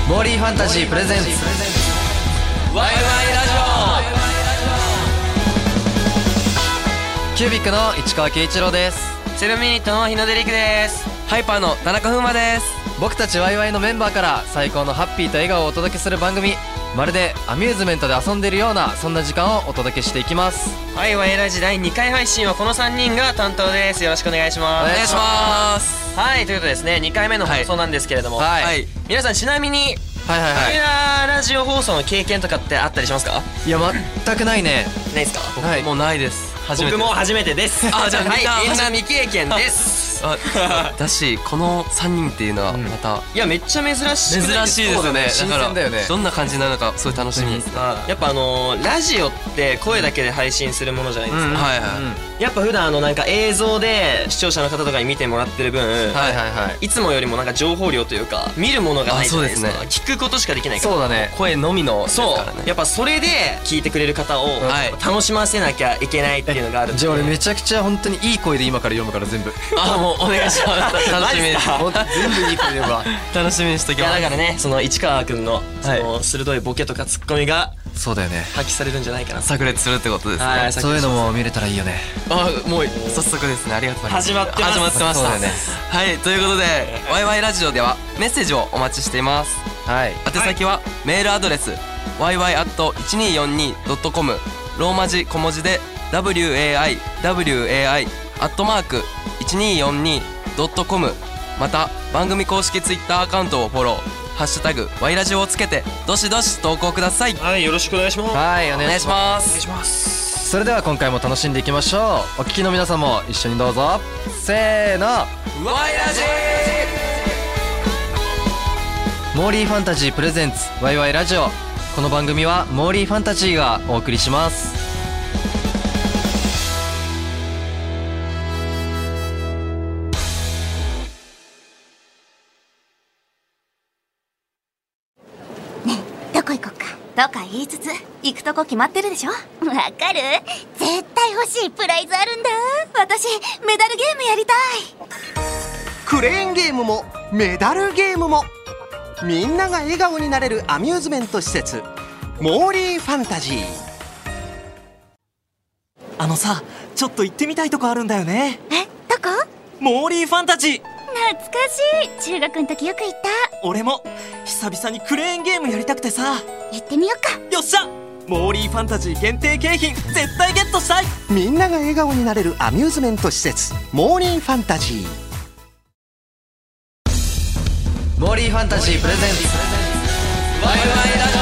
モーリーファンタジープレゼンツワイワイラジオ。キュービックの市川圭一郎です。 セブンミニットの日野出陸です。 ハイパーの田中風磨です。 僕たちワイワイのメンバーから最高のハッピーと笑顔をお届けする番組、まるでアミューズメントで遊んでいるようなそんな時間をお届けしていきます。 はい、ワイラジ第2回配信はこの3人が担当です。よろしくお願いします。 お願いしますはい、ということでですね、2回目の放送なんですけれども、 はい皆さんちなみにはいはいレギュラーラジオ放送の経験とかってあったりしますか？ いや全くないね。 ないですか？ はいもうないです。初めて。 僕も初めてです。 あ、じゃあはい、みんな未経験です。 だし、この3人っていうのはまたいや、めっちゃ珍しくないですか？ 珍しいですよね。 新鮮だよね。 どんな感じになるのかすごい楽しみですね。 やっぱラジオって声だけで配信するものじゃないですか。 はいはいやっぱ普段なんか映像で視聴者の方とかに見てもらってる分、 はいはいはい。 いつもよりもなんか情報量というか見るものがないじゃないですか。 あそうです聞くことしかできないから。 そうだね。 声のみのですそうからね。 やっぱそれで聞いてくれる方をはい楽しませなきゃいけないっていうのがあるんで。 じゃあ俺めちゃくちゃ本当にいい声で今から読むから全部。 あ、もうお願いします。楽しみです。 ほんと全部いい声で読むわ。 楽しみにしときいやます。 だからね、その市川くんのその鋭いボケとかツッコミがそうだよね。 発揮されるんじゃないかな。 炸裂するってことですね。 はいそういうのも見れたらいいよね。 あ、もう早速ですね。ありがとうございます。 始まってます始まってました。 そうだよね。 はい、ということでワイワイラジオではメッセージをお待ちしています。 はい。 宛先はメールアドレス yy@1242.com ローマ字小文字で waiwai@1242.com また番組公式ツイッターアカウントをフォローハッシュタグワイラジオをつけてどしどし投稿ください。 はい、よろしくお願いします。 はい、おお願いし願いしまます。 お願いします。 す。それでは今回も楽しんでいきましょう。お聞きの皆さんも一緒にどうぞ。せーの。 ワイラジモーリーファンタジープレゼンツワイワイラジオ。この番組はモーリーファンタジーがお送りします。 どこ行こっかとか言いつつ行くとこ決まってるでしょ。わかる？絶対欲しいプライズあるんだ。私メダルゲームやりたい。 クレーンゲームもメダルゲームもみんなが笑顔になれるアミューズメント施設モーリーファンタジー。 さ、ちょっと行ってみたいとこあるんだよね。 え、どこ？ モーリーファンタジー。 懐かしい。中学の時よく行った。 俺も久々にクレーンゲームやりたくてさ。 行ってみようか。 よっしゃ、モーリーファンタジー限定景品絶対ゲットしたい。 みんなが笑顔になれるアミューズメント施設モーリーファンタジー。 モーリーファンタジープレゼンツワイワイラジ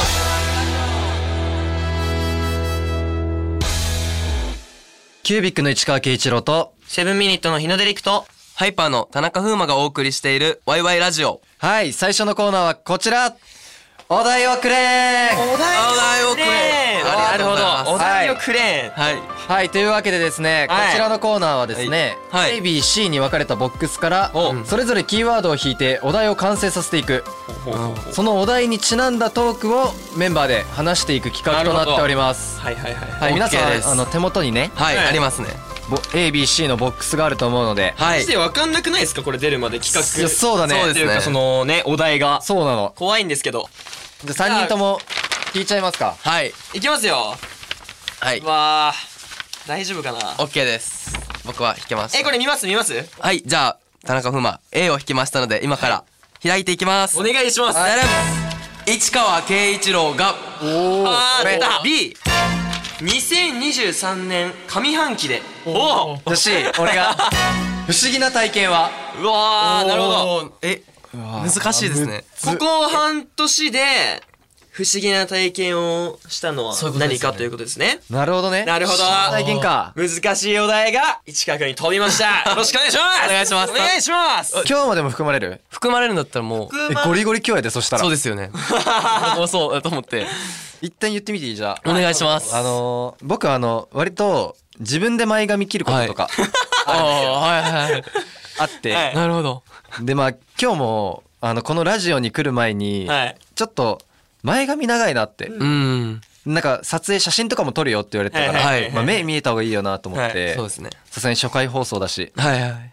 オ。キュービックの市川圭一郎と、 セブンミニットの日野出陸とハイパーの田中風磨がお送りしているワイワイラジオ。 はい、最初のコーナーはこちら。お題をくれー。 お題をくれー。なるほど、お題をくれー。 はいはい、というわけでですね、こはいちらのコーナーはですね、 はい ABC に分かれたボックスからそれぞれキーワードを引いてお題を完成させていく、そのお題にちなんだトークをメンバーで話していく企画となっております。 はいはいはい。 はい、皆さ OK ですん手元にね、 はい、 はいありますね。 ABC のボックスがあると思うので、 はいマジで分かんなくないですか、これ出るまで企画。 いやそうだね、 そうですねっていうかそのね、お題がそうなの。 怖いんですけど。 じゃあ3人とも引いちゃいますか。 はいいきますよ。 はい、 わー、大丈夫かな。 OK です。僕は弾けました。 これ見ます？ はい、じゃあ田中風磨 A を弾きましたので今から開いていきます。 お願いします。 だらん市川圭一郎が出た B。2023年上半期で。おお。 よし、俺が不思議な体験は。 うわー、なるほど。 難しいですね。 ここ半年で不思議な体験をしたのはそういうことですね何かということですね。 なるほどね。 なるほど。 体験か。 難しいお題が市川くんに飛びました。よろしくお願いします。 お願いしますお願いします。 今日までも含まれる？ 含まれるんだったらもうゴリゴリ今日やで、そしたら。 そうですよね。もうそうだと思って一旦言ってみていい？じゃあ。 お願いします。 僕割と自分で前髪切ることとかはいはいあって、 はいなるほど。 で今日もこのラジオに来る前に、 はいちょっと前髪長いなって、 うんなんか撮影写真とかも撮るよって言われてたから、 はいはいまあ、目見えた方がいいよなと思っはて、 そうですね。 さすがに初回放送だしはいはい。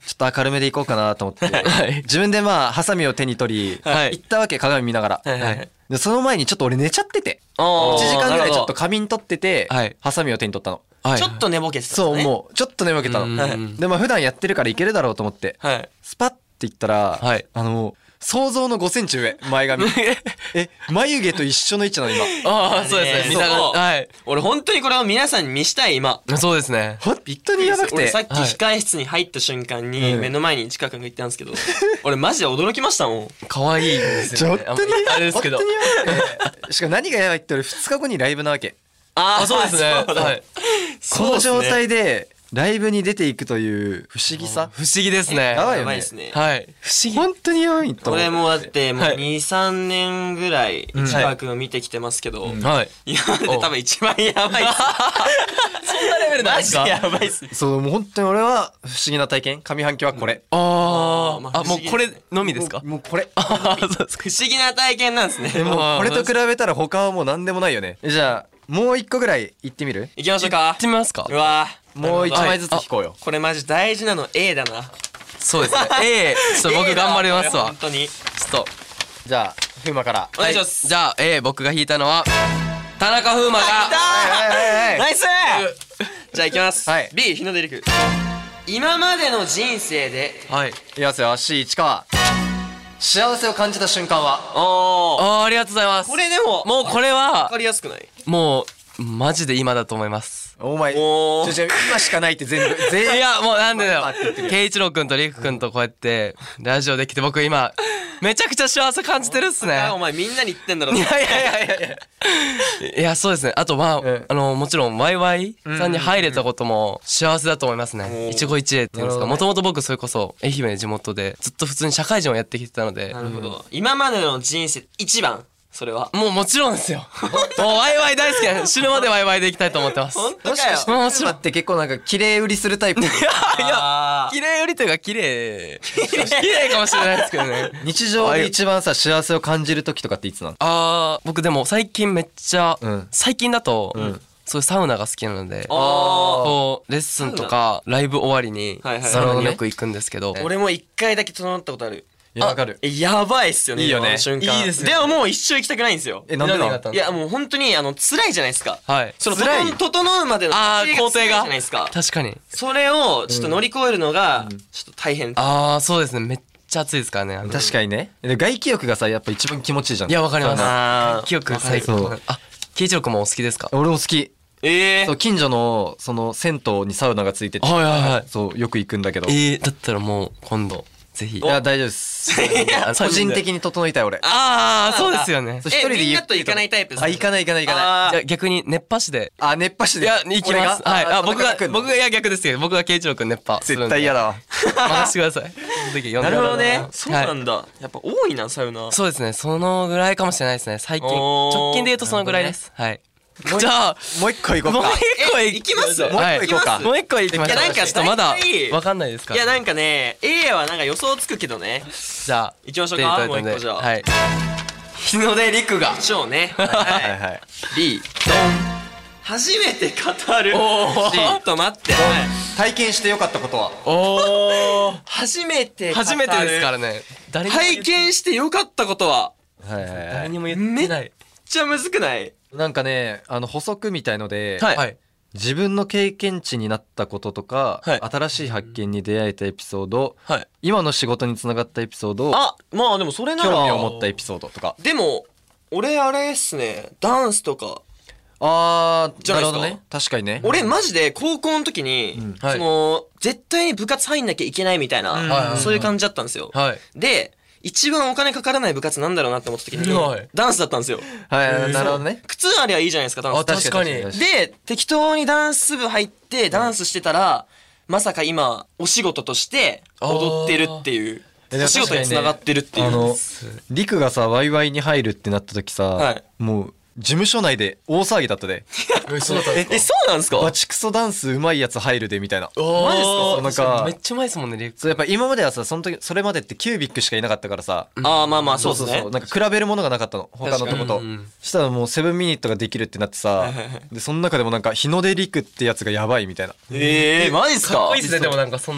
ちょっと明るめでいこうかなと思って、 はい自分でまあハサミを手に取り、 はい行ったわけ、鏡見ながら、 はいでその前にちょっと俺寝ちゃってて、 1 1時間ぐらいちょっと仮眠取ってて、 はいハサミを手に取ったの。 はいちょっと寝ぼけてたそう、 ねもうちょっと寝ぼけたうんの。でまあ普段やってるからいけるだろうと思って、 はいスパッて言ったら、 はい想像の5センチ上、前髪。眉毛と一緒の位置なの今。 ああ、そうですね。見ながら、 そうはい。 俺本当にこれを皆さんに見したい今そうですね。 本当にやばくて。 俺さっき控え室に入った瞬間に目の前に近くが行ったんですけど、俺マジで驚きましたもん。 可愛いですよね。 ちょっとにあれですけど。 本当にやばくてしかも何がやばいって俺2日後にライブなわけ。 あ、そうですね。 そうだはい。 この状態でライブに出ていくという不思議さ。 不思議ですね。 やばいよねやばいですね。 はい。不思議。 本当にやばいと思う。 俺もだってもうはい 2、3年ぐらい市川くんを見てきてますけど、 はい。 今まで多分一番やばいっす。 そんなレベルなんマジですか？ でやばいっす。 そう、もう本当に俺は不思議な体験。上半期はこれ。 ああ、もうこれ不思議ですねのみですか？ もうこれ。 ああ、そうですか。 不思議な体験なんですね。 もうこれと比べたら他はもう何でもないよね。じゃあもう一個ぐらい行ってみる？ 行きましょうかやっ。てみますか？ うわもう一枚ずつ引こうよ。 これマジ大事なの A だな。 そうですね。ちょっと僕 A だ頑張りますわこれ本。当に。 ちょっと。 じゃあ風磨から。 お願いします。 じゃあ、僕が引いたのは、田中風磨が、 ナイスじゃあ行きます。 はい B 日の出陸。今までの人生ではい。 いきますよ。C 市川。幸せを感じた瞬間は？ ありがとうございます。 これでももうこれわはか、りやすくない？ もう、マジで今だと思います。 お前、 おー今しかないって全部いや、もうなんでだよパッて言ってる。 圭一郎くんとりくくんとこうやって、ラジオできて僕今、めちゃくちゃ幸せ感じてるっすね。 あお前みんなに言ってんだろ。 いやいやいやいやいや。いや、そうですね。あとまんあ、もちろん、ワイワイさんに入れたことも幸せだと思いますね。一期一会っていうんですか。もともと僕それこそ、愛媛地元で、ずっと普通に社会人をやってきてたので、 なるほど。今までの人生一番それは。 もちろんですよ。もうワイワイ大好きなんで、死ぬまでワイワイでいきたいと思ってます。 本当かよ。 もちろん。 って結構なんか綺麗売りするタイプ。 いや、 あー綺麗よりというか綺麗。綺麗かもしれないですけどね。 日常で一番さ幸せを感じる時とかっていつなの？ 僕でも最近めっちゃ、 うん最近だと、そういうサウナが好きなので、 あこうレッスンとかライブ終わりにはいはいサウナによく行くんですけど、 ー俺も一回だけ整ったことある。 いやわかる。 やばいっすよね。 いいよね今の瞬間いいですねでももう一生行きたくないんですよ。 なんでなの？ 何があったのいやもう本当に辛いじゃないですか。 はい。 その辛い整うまでの工程辛いじゃがないですか。 確かに。 それをちょっと乗り越えるのがちょっと大変。 そうですね。めっちゃ暑いですからね。 確かにね。で外気浴がさやっぱ一番気持ちいいじゃん。 いや、わかります。 あー記憶最そう高。圭一郎くんもお好きですか？ 俺も好き。そうええ近所のその銭湯にサウナがついてて、 はいはいはいそうよく行くんだけど。 だったらもう今度、ぜひ。 いや大丈夫です。個人的に整いたい俺。 そうですよね。 そう一人でみんなと行かないタイプですか？ 行かない。 じゃあ逆に熱波師で。 あ熱波師で。 いや、行きます。はい。僕が、いや、逆ですけど、僕が圭一郎くん熱波するんで。 絶対嫌だわ。 任せてください。その時呼んでなるほどねはいそうなんだ。やっぱ多いなサウナ。 そうですね。そのぐらいかもしれないですね。最近。 おー直近で言うとそのぐらいです。はい。じゃあ、 もう一個行こうもうか。 一個行きますはいもう一個行こうかもう一個行きましょう。 いやなんかちょっとまだ大体わかんないですかいやなんかね A はなんか予想つくけどね。 じゃあ、 行きましょうか手に取れたんでもう一個じゃあはい。日の出陸が。 しょうね。 はいはい。 はい。 B 初めて語る。ちおょーっと待って。 体験してよかったことは？ おー。 初めて語る。 初めてですからね。誰にも言体験してよかったことははいはいはい。 誰にも言ってない。 めっちゃむずくない？ なんかね補足みたいので、 はい。 自分の経験値になったこととか、 はい新しい発見に出会えたエピソード、 はい。 今の仕事につながったエピソード、 あ、まあでもそれなら興味を持ったエピソードとか。 でも俺あれっすねダンスとかじゃじゃないですかなるほどね。確かにね。 俺マジで高校の時に、 はいその絶対に部活入んなきゃいけないみたいな、 はいそういう感じだったんですよ、 はい。 で一番お金かからない部活なんだろうなって思った時に、 はいダンスだったんですよ。 はい、なるほどね。 靴ありゃいいじゃないですかダンス。 確かにで適当にダンス部入ってダンスしてたら、まさか今お仕事として踊ってるっていうお仕事に繋がってるっていう。 リクがさワイワイに入るってなった時さ、 はいもう事務所内で大騒ぎだったで。 そうだったんですかえそうなんですか？ バチクソダンスうまいやつ入るでみたいな。 マジですか？ なんかめっちゃうまいですもんね、リュック。 そうやっぱ今まではさその時それまでってキュービックしかいなかったからさ、 ああまあまあそうですね。 なんか比べるものがなかったの他のとこと。したらもう7ミニットができるってなってさ、でその中でもなんか日の出リクってやつがやばいみたいな。 マジっすか？ かっこいいですね、でもなんかそんな。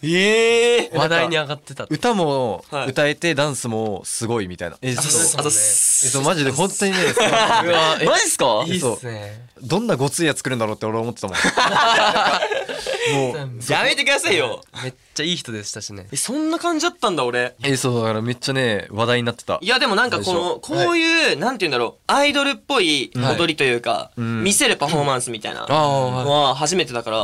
話題に上がってた。 歌もはい歌えてダンスもすごいみたいな。 あとそうマジで本当にねうわマジっすか？ いいっすね。 どんなごついやつ作るんだろうって俺思ってたもん。もうやめてくださいよ。 めっちゃいい人でしたしね。 そんな感じだったんだ俺。 そうだからめっちゃね話題になってた。 いやでもなんかこういう、なんて言うんだろう、アイドルっぽい踊りというか、見せるパフォーマンスみたいなのは初めてだから、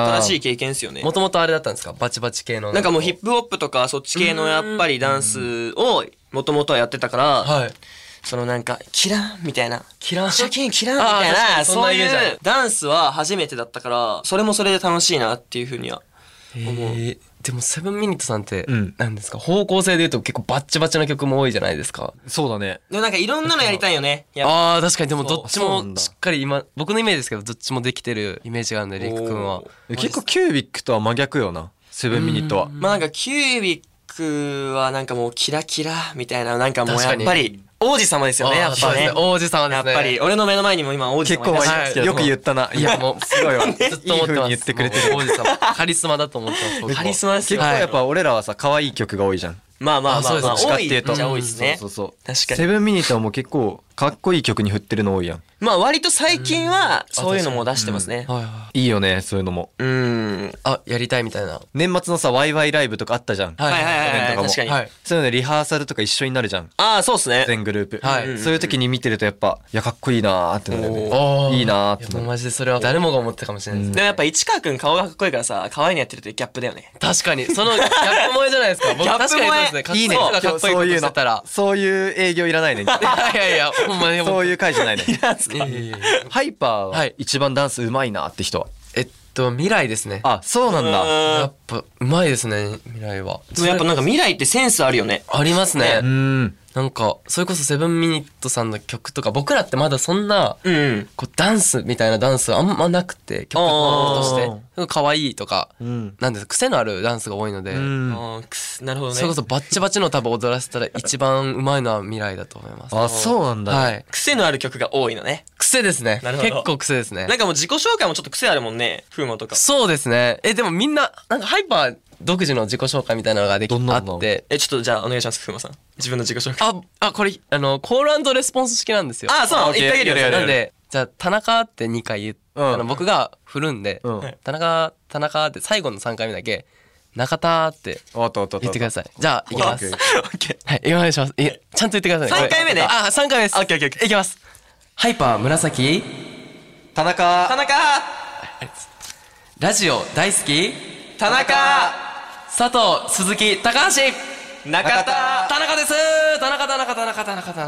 新しい経験ですよね。 もともとあれだったんですか？バチバチ系の。 なんかもうヒップホップとかそっち系のやっぱりダンスをもともとはやってたから、 はい。 そのなんかキランみたいな、 キランシャキンキランみたいな、 そんなそういイメージあるうダンスは初めてだったから、それもそれで楽しいなっていうふうには思う。 でもセブンミニットさんってん何ですか？方向性で言うと結構バッチバチな曲も多いじゃないですか。 そうだね。 でもなんかいろんなのやりたいよね。やっぱああ確かに。でもどっちもそうなんだしっかり今僕のイメージですけどどっちもできてるイメージがあるんでリク君は。 結構キュービックとは真逆よな。セブンミニットは。 まあなんかキュービックはなんかもうキラキラみたいな、なんかもうやっ確かにぱり王子様ですよね、やっぱね。 王子様でやっすね。 ぱり俺の目の前にも今王子結構様いらっしゃるんですけど、 よく言ったな。 いやもうすごいわ。 ずっと思ってます。 いい風に言ってくれてるもう王子様カリスマだと思ってます僕。 カリスマですよ。 結構やっぱ俺らはさ可愛い曲が多いじゃん。 まあまあまあまあ、 そうです多いっちゃ多いですね。 そうそうそう。 確かにセブンミニットはもう結構かっこいい曲に振ってるの多いやん。 まあ割と最近はそういうのも出してますね。 はいはいいいよねそういうのも。 あやりたいみたいな。 年末のさワイワイライブとかあったじゃん。 はいはいはいはいはい、 去年とかも確かに。 はい。 そういうのでリハーサルとか一緒になるじゃん。 ああ、そうっすね。 全グループ。 はいそういう時に見てるとやっぱいやかっこいいなーってなるよね。 おーいいなーっいやてなる。 もうマジでそれは誰もが思ってたかもしれないですね。 でもやっぱ市川くん顔がかっこいいからさ、可愛いのやってるとギャップだよね。 確かにそのギャップ萌えじゃないですか。僕ギャップ確かにそうですね。 いいね。 かっこいい人がかっこいいことしてたら。 そういう営業いらないね。 いやいやほんまにもそういう回じゃないね。 いやいやいやハイパーははい一番ダンスうまいなって人は。 未来ですね。 あそうなんだ。 やっぱうまいですね未来は。 でもやっぱなんか未来ってセンスあるよね。 ありますね。 なんかそれこそセブンミニットさんの曲とか僕らってまだそんなうん。 こうダンスみたいなダンスあんまなくて曲として可愛いとかなんです癖のあるダンスが多いので、 あーなるほどね。 それこそバッチバチの多分踊らせたら一番うまいのは未来だと思います。 あそうなんだ。 はい。 癖のある曲が多いのね。 癖ですね。 なるほど結構癖ですねな。んかもう自己紹介もちょっと癖あるもんね。風磨とか。 そうですね。でもみんななんかハイパー独自の自己紹介みたいなのがどんなのあってちょっとじゃあお願いします、風磨さん。自分の自己紹介。 これコールレスポンス式なんですよ。 あ、そうなの。 オッケー言ってあげるよ。 やるやるなんでじゃあ田中って2回言って、僕が振るんで、田中って最後の3回目だけ中田っておっとおっとおっと言ってください。じゃあいきます。 オッケー。 はいお願いします。ちゃんと言ってくださいね。 3回目ね。 3回目です。 オッケーオッケーオッケー。 いきます。ハイパー紫田中田中ラジオ大好き田中佐藤鈴木高橋中田田中です田中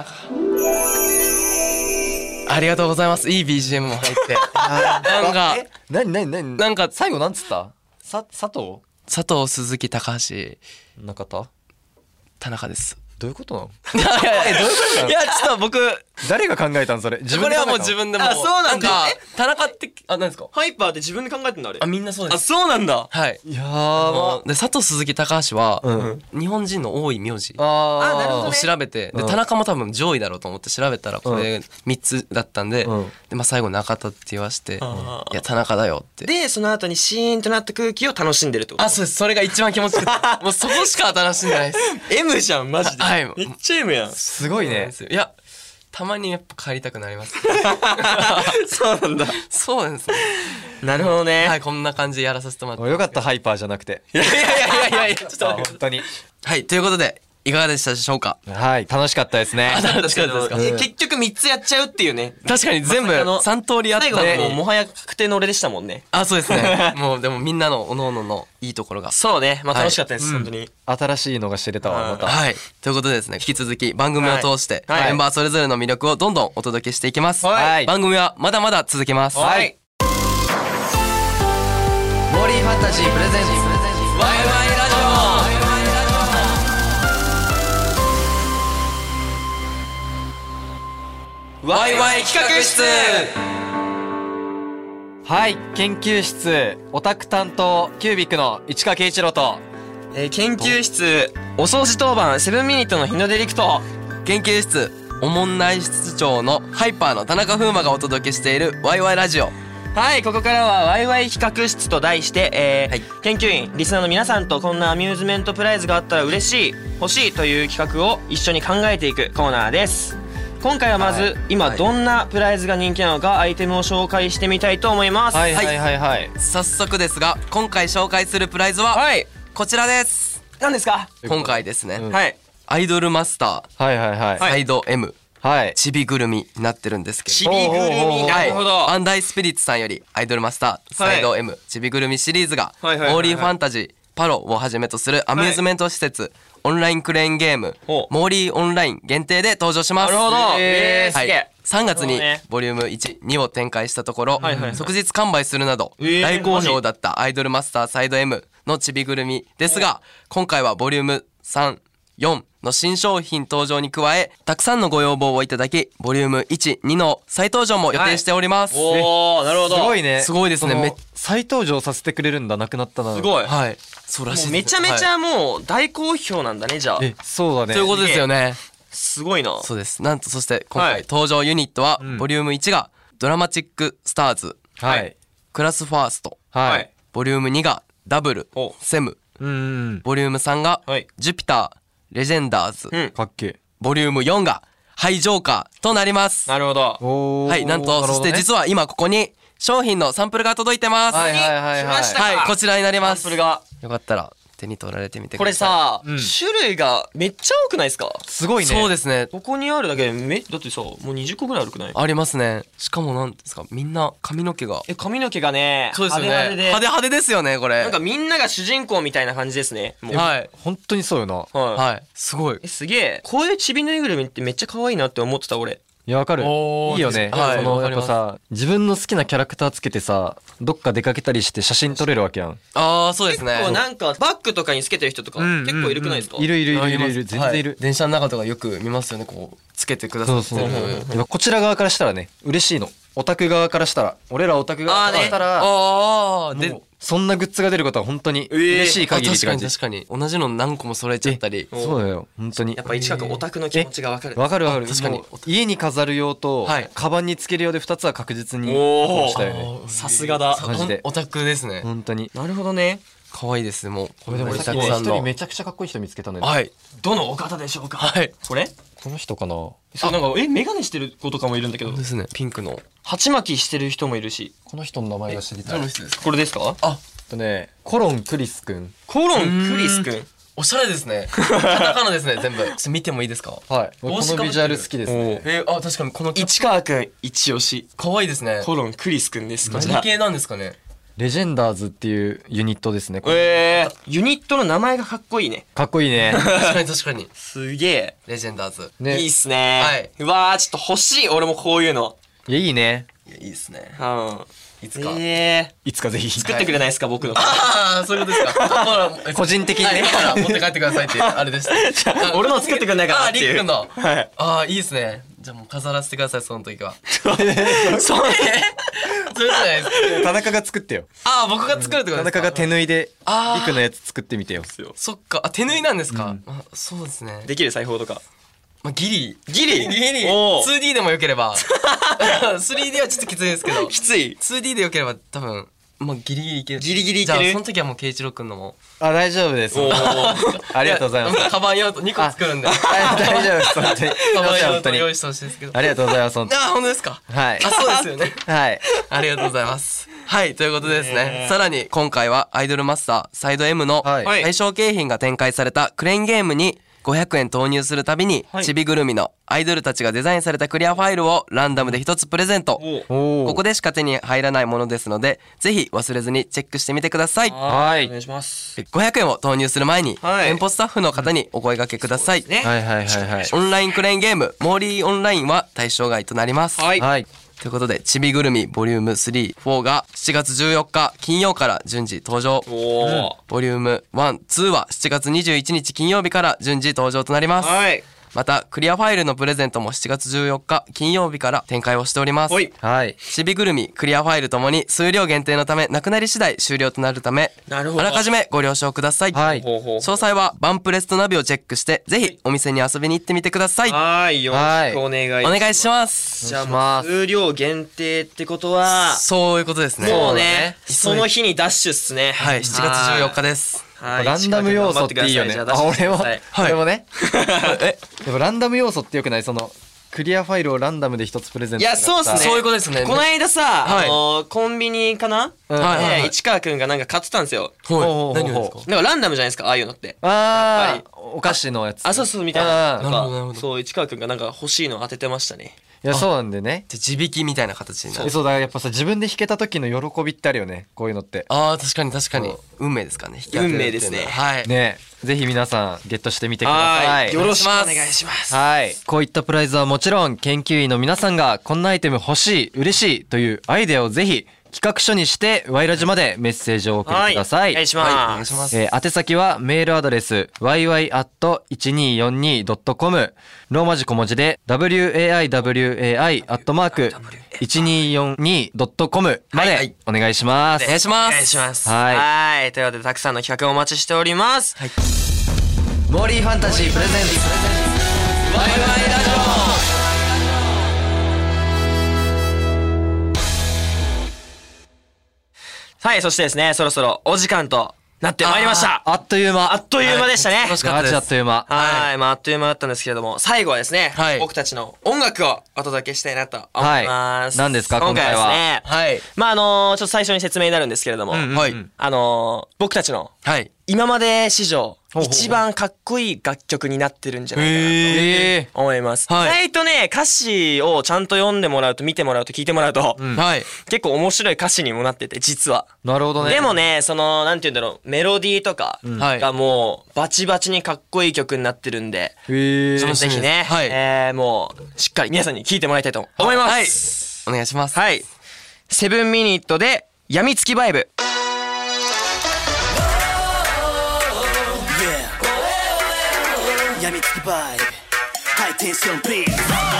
ありがとうございます。いい BGM も入ってなんかなんか最後なんつった佐藤佐藤鈴木高橋中田田中ですどういうことなの。 いやいやちょっと僕誰が考えたんそれ。自分で考えたの。 これはもう自分でもあそうなんだか田中って何ですか。 ハイパーって自分で考えてんだあれ。 みんなそうであ、 す。 そうなんだ。 はい。 いやーで佐藤鈴木高橋は日本人の多い名字あなるほどを調べて、で田中も多分上位だろうと思って調べたらこれ3つだったんで、で最後中田って言わして、いや田中だよって。 で、その後にシーンとなった空気を楽しんでるってこと。 そうです。それが一番気持ちよくてもうそこしか楽しんでないです。 M じゃん、マジで。 はいめっちゃ M やん。 すごいね。 いやたまにやっぱ帰りたくなりますそうなんだ。 そうなんですね。 なるほどね。 はいこんな感じでやらさせてもらってよかったハイパーじゃなくて。 いやちょっと待って本当に。 はいということでいかがでしたでしょうか。 はい楽しかったですね。 楽しかったですか。 結局3つやっちゃうっていうね。 確かに全部まさかの 3通りやった最後はもうね。 もはや確定の俺でしたもんね。 そうですね。もうでもみんなの各々のいいところが。 そうね。まあ楽しかったです、本当に。 新しいのが知れたわまた。 はい。ということでですね、引き続き番組を通して、 はいメンバーそれぞれの魅力をどんどんお届けしていきます。 はい番組はまだまだ続けます。 は。い。 モーリーファンタジープレゼンツ。 ワイワイラジオワイワイ企画室。 はい研究室オタク担当キュービックの市川圭一郎と。 研究室、お掃除当番、7ミニットの日の出陸と、 研究室、おもんない室長のハイパーの田中風磨がお届けしているワイワイラジオ。 はい、ここからはワイワイ企画室と題して、研究員リスナーの皆さんとこんなアミューズメントプライズがあったら嬉しい欲しいという企画を一緒に考えていくコーナーです。今回はまず、今どんなプライズが人気なのかアイテムを紹介してみたいと思います。 はいはいはいはい。 早速ですが今回紹介するプライズはこちらです。 何ですか？ 今回ですね、 はい。 アイドルマスターはいはいはい。 サイド M はい。 ちびぐるみになってるんですけど、 ちびぐるみ、なるほど。 バンダイスピリッツさんよりアイドルマスターサイド M ちびぐるみシリーズがモーリーファンタジーパロをはじめとするアミューズメント施設オンラインクレーンゲームモーリーオンライン限定で登場します。 なるほど。すげえ。 3月にボリューム1、2を展開したところ即日完売するなど大好評だったアイドルマスターサイド M のちびぐるみですが、今回はボリューム3、4の新商品登場に加えたくさんのご要望をいただきボリューム1、2の再登場も予定しております。 おー、なるほど。 すごいね。 すごいですね。 再登場させてくれるんだ。なくなったな。 すごい。 はい、そうらしいです。 めちゃめちゃもう大好評なんだね、じゃあ。 そうだね。 ということですよね。 すごいな。 そうです。なんとそして今回登場ユニットはボリューム1がドラマチックスターズ、 はい。 クラスファースト、 はい。 ボリューム2がダブル、セム、ボリューム3がジュピター、レジェンダーズ、 かっけ。 ボリューム4がハイジョーカーとなります。 なるほど。 はい、なんとそして実は今ここに商品のサンプルが届いてます。 はいはいはいはい。 はい、こちらになります。 サンプルがよかったら手に取られてみてくこださい。 れさ、種類がめっちゃ多くないですか？ すごいね。 そうですね。 ここにあるだけでだってさ、もう20個ぐらいあるくない？ ありますね。しかもなんですか、みんな髪の毛が。 髪の毛がね、 そうですよね。 派手派手で派手派手ですよね、これ。 なんかみんなが主人公みたいな感じですね。もうはい。 本当にそうよな。 はい。すごい。 すげえ。こういうちびぬいぐるみってめっちゃ可愛いなって思ってた俺。 いや、わかる。いいよね。 はいやっぱさ、自分の好きなキャラクターつけてさ、どっか出かけたりして写真撮れるわけやん。 ああ、そうですね。 結構なんかバッグとかにつけてる人とか結構いるくないですか？ いるいるいるいるいる、全然いる。 電車の中とかよく見ますよね、こうつけてくださってる。 やっぱこちら側からしたらね、嬉しいの。オタク側からしたら、俺らオタク側からしたら、 ああ、で、 そんなグッズが出ることは本当に嬉しい限りって感じ。 確かに同じの何個も揃えちゃったり。 そうだよ、本当に。 やっぱ一角オタクの気持ちがわかる。 わかるわかる。 確かに。 家に飾る用と、カバンにつける用で2つは確実にしたよね。 さすがだ。 マジで。 オタクですね。 本当に。 なるほどね。 可愛いですもう。 これでもさっき一人めちゃくちゃかっこいい人見つけたのよ。 はい。 どのお方でしょうか？ はい。 これ？ この人かな。 そう、なんかメガネしてる子とかもいるんだけど。 ですね。ピンクの鉢巻きしてる人もいるし。 この人の名前が知りたい。 どの人ですか？ これですか？ あ、 コロンクリスくん。 コロンクリスくん。 おしゃれですね。カタカナですね、全部。ちょっと見てもいいですか？ はい。このビジュアル好きですね。 あ、確かにこの市川くん一押し。 可愛いですね。 コロンクリスくんです。こちら。 何系なんですかね？ レジェンダーズっていうユニットですね。 ユニットの名前がかっこいいね。 かっこいいね。 確かに確かに。 すげえ。 レジェンダーズ。 ね。 いいっすね。 はい。 うわー、ちょっと欲しい。俺もこういうの。 いや、いいね。 いや、いいですね。 いつか。 いつかぜひ。 作ってくれないですか、僕の。 ああ、そういうことですか。 個人的にね。 持って帰ってくださいって、あれです。 俺の作ってくれないかなっていう。 リックの。 はい。 ああ、いいですね。じゃあもう飾らせてください、その時は。 そうそうじゃないですか。 田中が作ってよ。 ああ、僕が作るってことですか？ 田中が手縫いで、リクのやつ作ってみてよ。 そっか、あ、手縫いなんですか？そうですね。 できる裁縫とか。 まあ、ギリ。 ギリ 2D でもよければ。3D はちょっときついですけど。 きつい。 2D でよければ多分、まあ、ギリギリいける。 ギリギリいける。 じゃあその時はもう圭一郎くんのも。 あ、大丈夫です。ありがとうございます。 カバン用と2個作るんで。 大丈夫です、本当に。 カバン用と用意してほしいですけど。 ありがとうございます。 あ、本当ですか？ はい。 あ、そうですよね。 はい。 ありがとうございます。はい、ということでですね。さらに今回はアイドルマスターサイド M の対象景品が展開されたクレーンゲームに500円投入するたびにちびぐるみのアイドルたちがデザインされたクリアファイルをランダムで1つプレゼント。ここでしか手に入らないものですので、ぜひ忘れずにチェックしてみてください。 はい。 お願いします。 500円を投入する前に店舗スタッフの方にお声掛けください。 はいはいはいはい。 オンラインクレーンゲームモーリーオンラインは対象外となります。 はい。 ということで、ちびぐるみボリューム3、4が7月14日金曜から順次登場。ボリューム1、2は7月21日金曜日から順次登場となります。 はい。 またクリアファイルのプレゼントも7月14日金曜日から展開をしております。 はい。 ちびぐるみクリアファイルともに数量限定のためなくなり次第終了となるため、あらかじめご了承ください。 はい。 詳細はバンプレストナビをチェックしてぜひお店に遊びに行ってみてください。 はい、よろしくお願いします。 お願いします。 じゃあ数量限定ってことはそういうことですね。 もうね、その日にダッシュっすね。 はい、7月14日です。 ランダム要素っていいよね。俺もね。でもランダム要素ってよくない？そのクリアファイルをランダムで一つプレゼント。 いや、そうっすね。 そういうことですね。 この間さ、コンビニかなで市川くんがなんか買ってたんですよ。 何をですか？ だからランダムじゃないですか、ああいうのって。 ああ、お菓子のやつ。 あ、そうみたいな。そう、市川くんがなんか欲しいの当ててましたね。 いや、そうなんでね。 地引きみたいな形になる。 そうだ、やっぱさ、自分で弾けた時の喜びってあるよね、こういうのって。 ああ、確かに運命ですかね。 運命ですね。 はい。 ね、ぜひ皆さんゲットしてみてください。 よろしくお願いします。 はい。こういったプライズはもちろん研究員の皆さんがこんなアイテム欲しい、嬉しいというアイデアをぜひ企画書にしてワイラジまでメッセージをお送りください。 お願いします。 宛先はメールアドレス yy@1242.com ローマ字小文字で waiwai@1242.com までお願いします。 お願いします。 お願いします。 はい。 ということでたくさんの企画をお待ちしております。 モーリーファンタジープレゼンツワイワイラジオ。 はい、そしてですね、そろそろお時間となってまいりました。 あっという間でしたね。 楽しかったです。あっという間。 はい、あっという間だったんですけれども、最後はですね、僕たちの音楽をお届けしたいなと思います。 何ですか、今回は。 今回はですね、ちょっと最初に説明になるんですけれども、僕たちの今まで史上一番かっこいい楽曲になってるんじゃないかなと思います。意外とね、歌詞をちゃんと読んでもらうと、見てもらうと、聞いてもらうと、結構面白い歌詞にもなってて、実は。 なるほどね。 でもね、その、なんて言うんだろう、メロディーとかがもうバチバチにかっこいい曲になってるんで、ぜひね、もうしっかり皆さんに聴いてもらいたいと思います。 お願いします。 はい。7ミニットでやみつきバイブ。 やみつきバイブ、ハイテンションビート。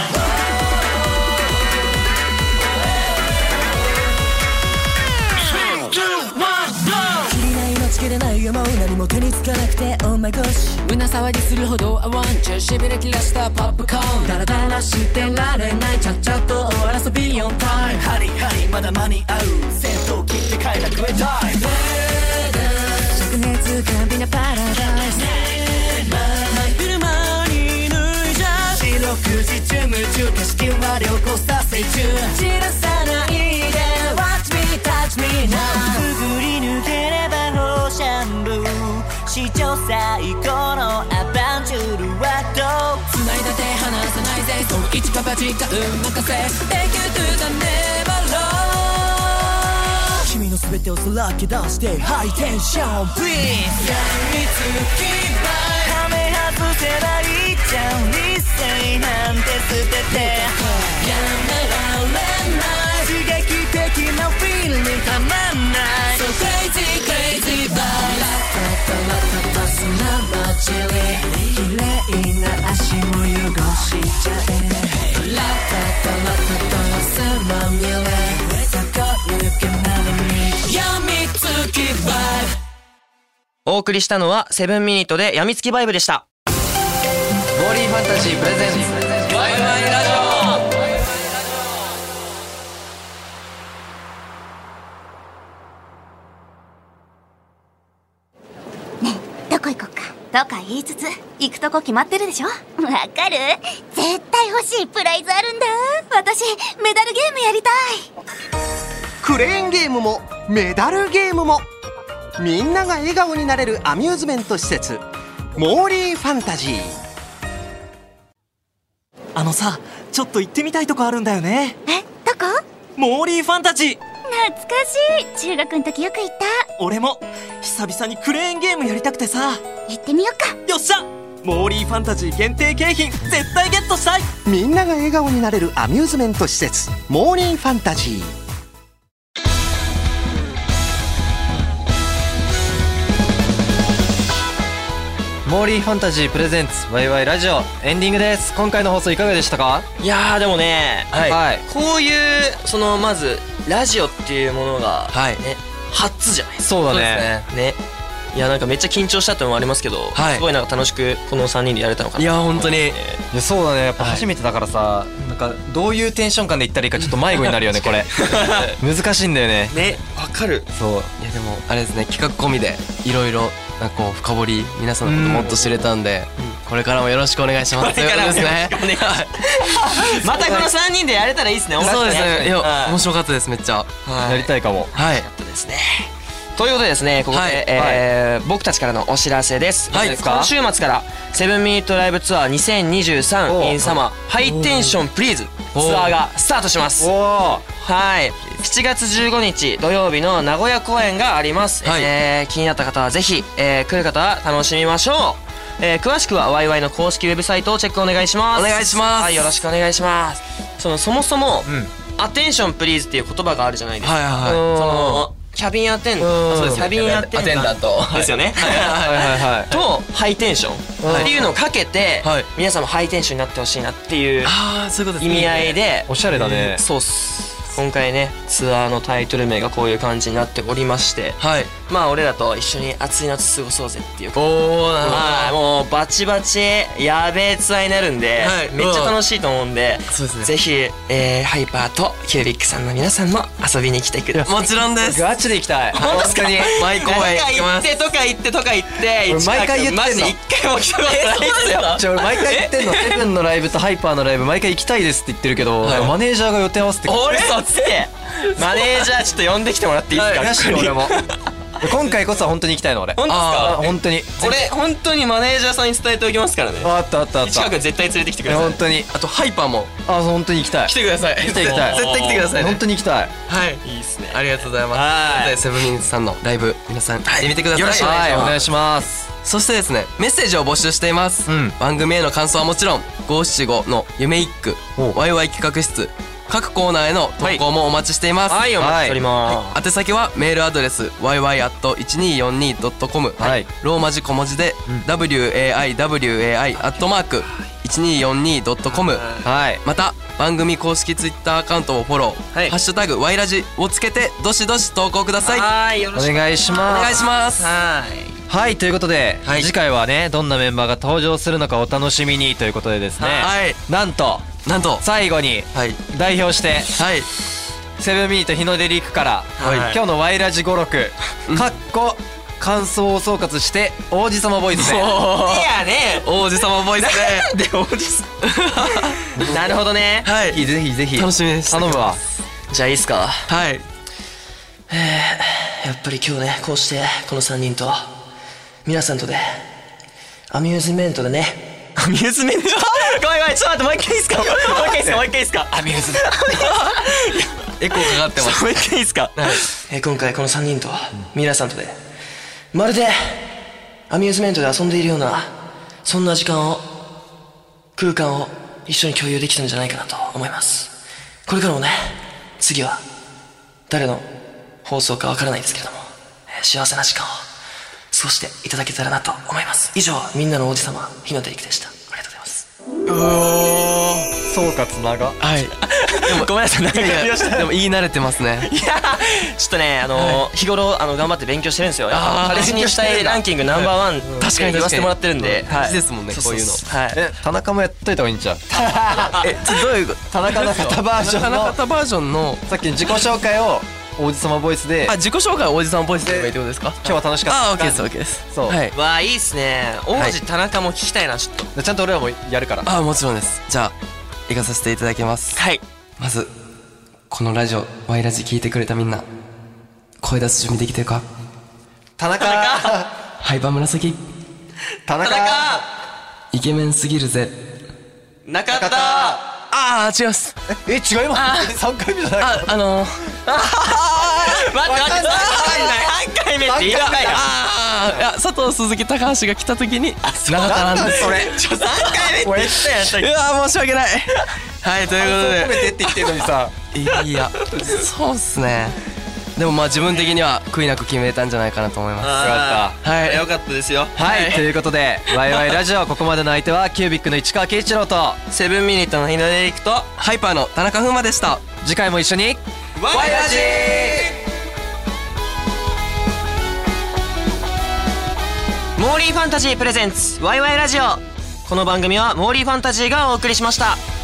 つけれないよ、もう何も手につかなくて Oh my gosh 胸騒ぎするほど I want you しびれ切らしたポップコーンダラダラしてられない、ちゃっちゃと終わらせ Be on time ハリハリまだ間に合う、戦闘切って快楽へダイブ灼熱甘美なパラダイス真っ昼間に脱いじゃ四六時中夢中、景色は良好させ中散らさないで Watch me touch me now くぐり抜ければシャンブ史上最高のアバンチュールはどう繋いだ手離さないぜ、そう一か八か運任せ Take you to the never road 君の全てをさらけ出してハイテンションビートやみつきバイはめ外せばいいじゃん、理性なんて捨ててやめられない刺激的なフィールにたまんない So crazy crazy vibe ラタタラタタ砂混じり綺麗な足も汚しちゃえラタタラタタ砂まみれ底抜けなのにやみつきバイブ。 お送りしたのは7ミニットでやみつきバイブでした。 モーリーファンタジープレゼンツワイワイラジオ。 どこ行こっかとか言いつつ行くとこ決まってるでしょ。わかる？絶対欲しいプライズあるんだ。私メダルゲームやりたい。 クレーンゲームもメダルゲームもみんなが笑顔になれるアミューズメント施設モーリーファンタジー。 あのさ、ちょっと行ってみたいとこあるんだよね。 え、どこ？ モーリーファンタジー。 懐かしい。中学の時よく行った。 俺も久々にクレーンゲームやりたくてさ。 行ってみよっか。 よっしゃ、モーリーファンタジー限定景品絶対ゲットしたい。 みんなが笑顔になれるアミューズメント施設モーリーファンタジー。 モーリーファンタジープレゼンツワイワイラジオエンディングです。今回の放送いかがでしたか？ いやーでもね、 はい、 こういうそのまずラジオっていうものがね、初じゃないですか。 そうだね。 いやなんかめっちゃ緊張したってのもありますけど、すごいなんか楽しくこの3人でやれたのかな。 いや本当に。 いやそうだね、やっぱ初めてだからさ、なんかどういうテンション感で言ったらいいかちょっと迷子になるよねこれ。難しいんだよね。 ね、わかる。 そう。いやでもあれですね、企画込みでいろいろなんかこう深掘り皆さんのこともっと知れたんで、これからもよろしくお願いします。 これからもよろしくお願いします。またこの3人でやれたらいいですね。 そうですね。いや面白かったですめっちゃ。 やりたいかも。 はい。 ですね。ということでですね、ここで僕たちからのお知らせです。今週末からセブンミニットライブツアー2023 in サマーハイテンションプリーズツアーがスタートします。はい、7月15日土曜日の名古屋公演があります。気になった方はぜひ来る方は楽しみましょう。詳しくはワイワイの公式ウェブサイトをチェックお願いします。 お願いします。 はい、よろしくお願いします。そもそもアテンションプリーズっていう言葉があるじゃないですか。キャビンアテンダント、キャビンアテンダントですよね。とハイテンションっていうのをかけて皆さんもハイテンションになってほしいなっていう意味合いで、 おしゃれだね。 そうっす。今回ねツアーのタイトル名がこういう感じになっておりまして、まあ俺らと一緒に暑い夏過ごそうぜっていう。もうバチバチやべえツアーになるんでめっちゃ楽しいと思うんで、ぜひハイパーとキュービックさんの皆さんも遊びに来てください。 もちろんです。 ガチで行きたい。 本当に毎公演行きます。 とか言って毎回言ってんの。 マジで1回も来たことないですよ。 俺毎回言ってんの。セブンのライブとハイパーのライブ毎回行きたいですって言ってるけど、マネージャーが予定合わせて俺そっちでマネージャーちょっと呼んできてもらっていいですか？ 怪しい俺も。今回こそは本当に行きたいの俺。 本当ですか？ 本当に。 これ本当にマネージャーさんに伝えておきますからね。 あった近く絶対連れてきてください。 本当に。 あとハイパーも本当に行きたい。 来てください。 行きたい。絶対来てください。 本当に行きたい。 はい、いいですね。ありがとうございます。セブンミニッツさんのライブ皆さん行ってみてください。 よろしくお願いします。 そしてですね、メッセージを募集しています。番組への感想はもちろん575の夢一句ワイワイ企画室各コーナーへの投稿もお待ちしています。 はい、お待ちしております。 宛先はメールアドレス yy@1242.com、ローマ字小文字で waiwai@1242.com、また番組公式ツイッターアカウントをフォロー、ハッシュタグワイラジをつけてどしどし投稿ください。 はい、よろしくお願いします。 お願いします。 はい、ということで次回はねどんなメンバーが登場するのかお楽しみにということでですね、なんと最後に代表してセブンミニット日の出陸から今日のワイラジ語録かっこ感想を総括して王子様ボイスで。 いやね、 王子様ボイスで。 で王子様。なるほどね。 ぜひぜひ楽しみです。 頼むわ。 じゃあいいっすか。 はい。 やっぱり今日ねこうしてこの3人と皆さんとでアミューズメントでね。アミューズメント。ごめんちょっと待って、もう一回いいっすか。もう一回いいっすか。アミューズメント。 エコーかかってます。 もう一回いいっすか。今回この3人と皆さんとでまるでアミューズメントで遊んでいるようなそんな時間を空間を一緒に共有できたんじゃないかなと思います。これからもね次は誰の放送かわからないですけれども幸せな時間を過ごしていただけたらなと思います。以上、みんなの王子様日の出陸でした。ありがとうございます。 総括長。 はい。 ごめんなさい、 でも言い慣れてますね。 いやちょっとね日頃頑張って勉強してるんですよ。彼氏にしたいランキングナンバー1確かに言わせてもらってるんで。 大事ですもんねこういうの。 田中もやっといた方がいいんちゃう？ どういう田中バージョンのさっきの自己紹介を王子様ボイスで。 自己紹介は王子様ボイスでってことですか？ 今日は楽しかった。 オッケーです、オッケーです。 そう。 わあいいっすね。王子田中も聞きたいなちょっと。 ちゃんと俺らもやるから。 もちろんです。じゃあ行かさせていただきます。 はい。 まずこのラジオワイラジ聞いてくれたみんな声出す準備できてるか？ 田中ハイパー紫田中イケメンすぎるぜ中田。 違います。 違います。3回目じゃない。 待って3回目って言いたいよ。 佐藤鈴木高橋が来た時に永田なんです。 それ 3回目って言ったやん。申し訳ない。はい、ということで褒めてって言ってるのにさ。 いやそうっすね。 でもまあ自分的には悔いなく決めたんじゃないかなと思います。 よかった。はい、よかったですよ。 はい、ということでワイワイラジオ、ここまでの相手はキュービックの市川圭一郎とセブンミニットの日野でいくとハイパーの田中風磨でした。 次回も一緒にワイラジー。モーリーファンタジープレゼンツワイワイラジオ。この番組はモーリーファンタジーがお送りしました。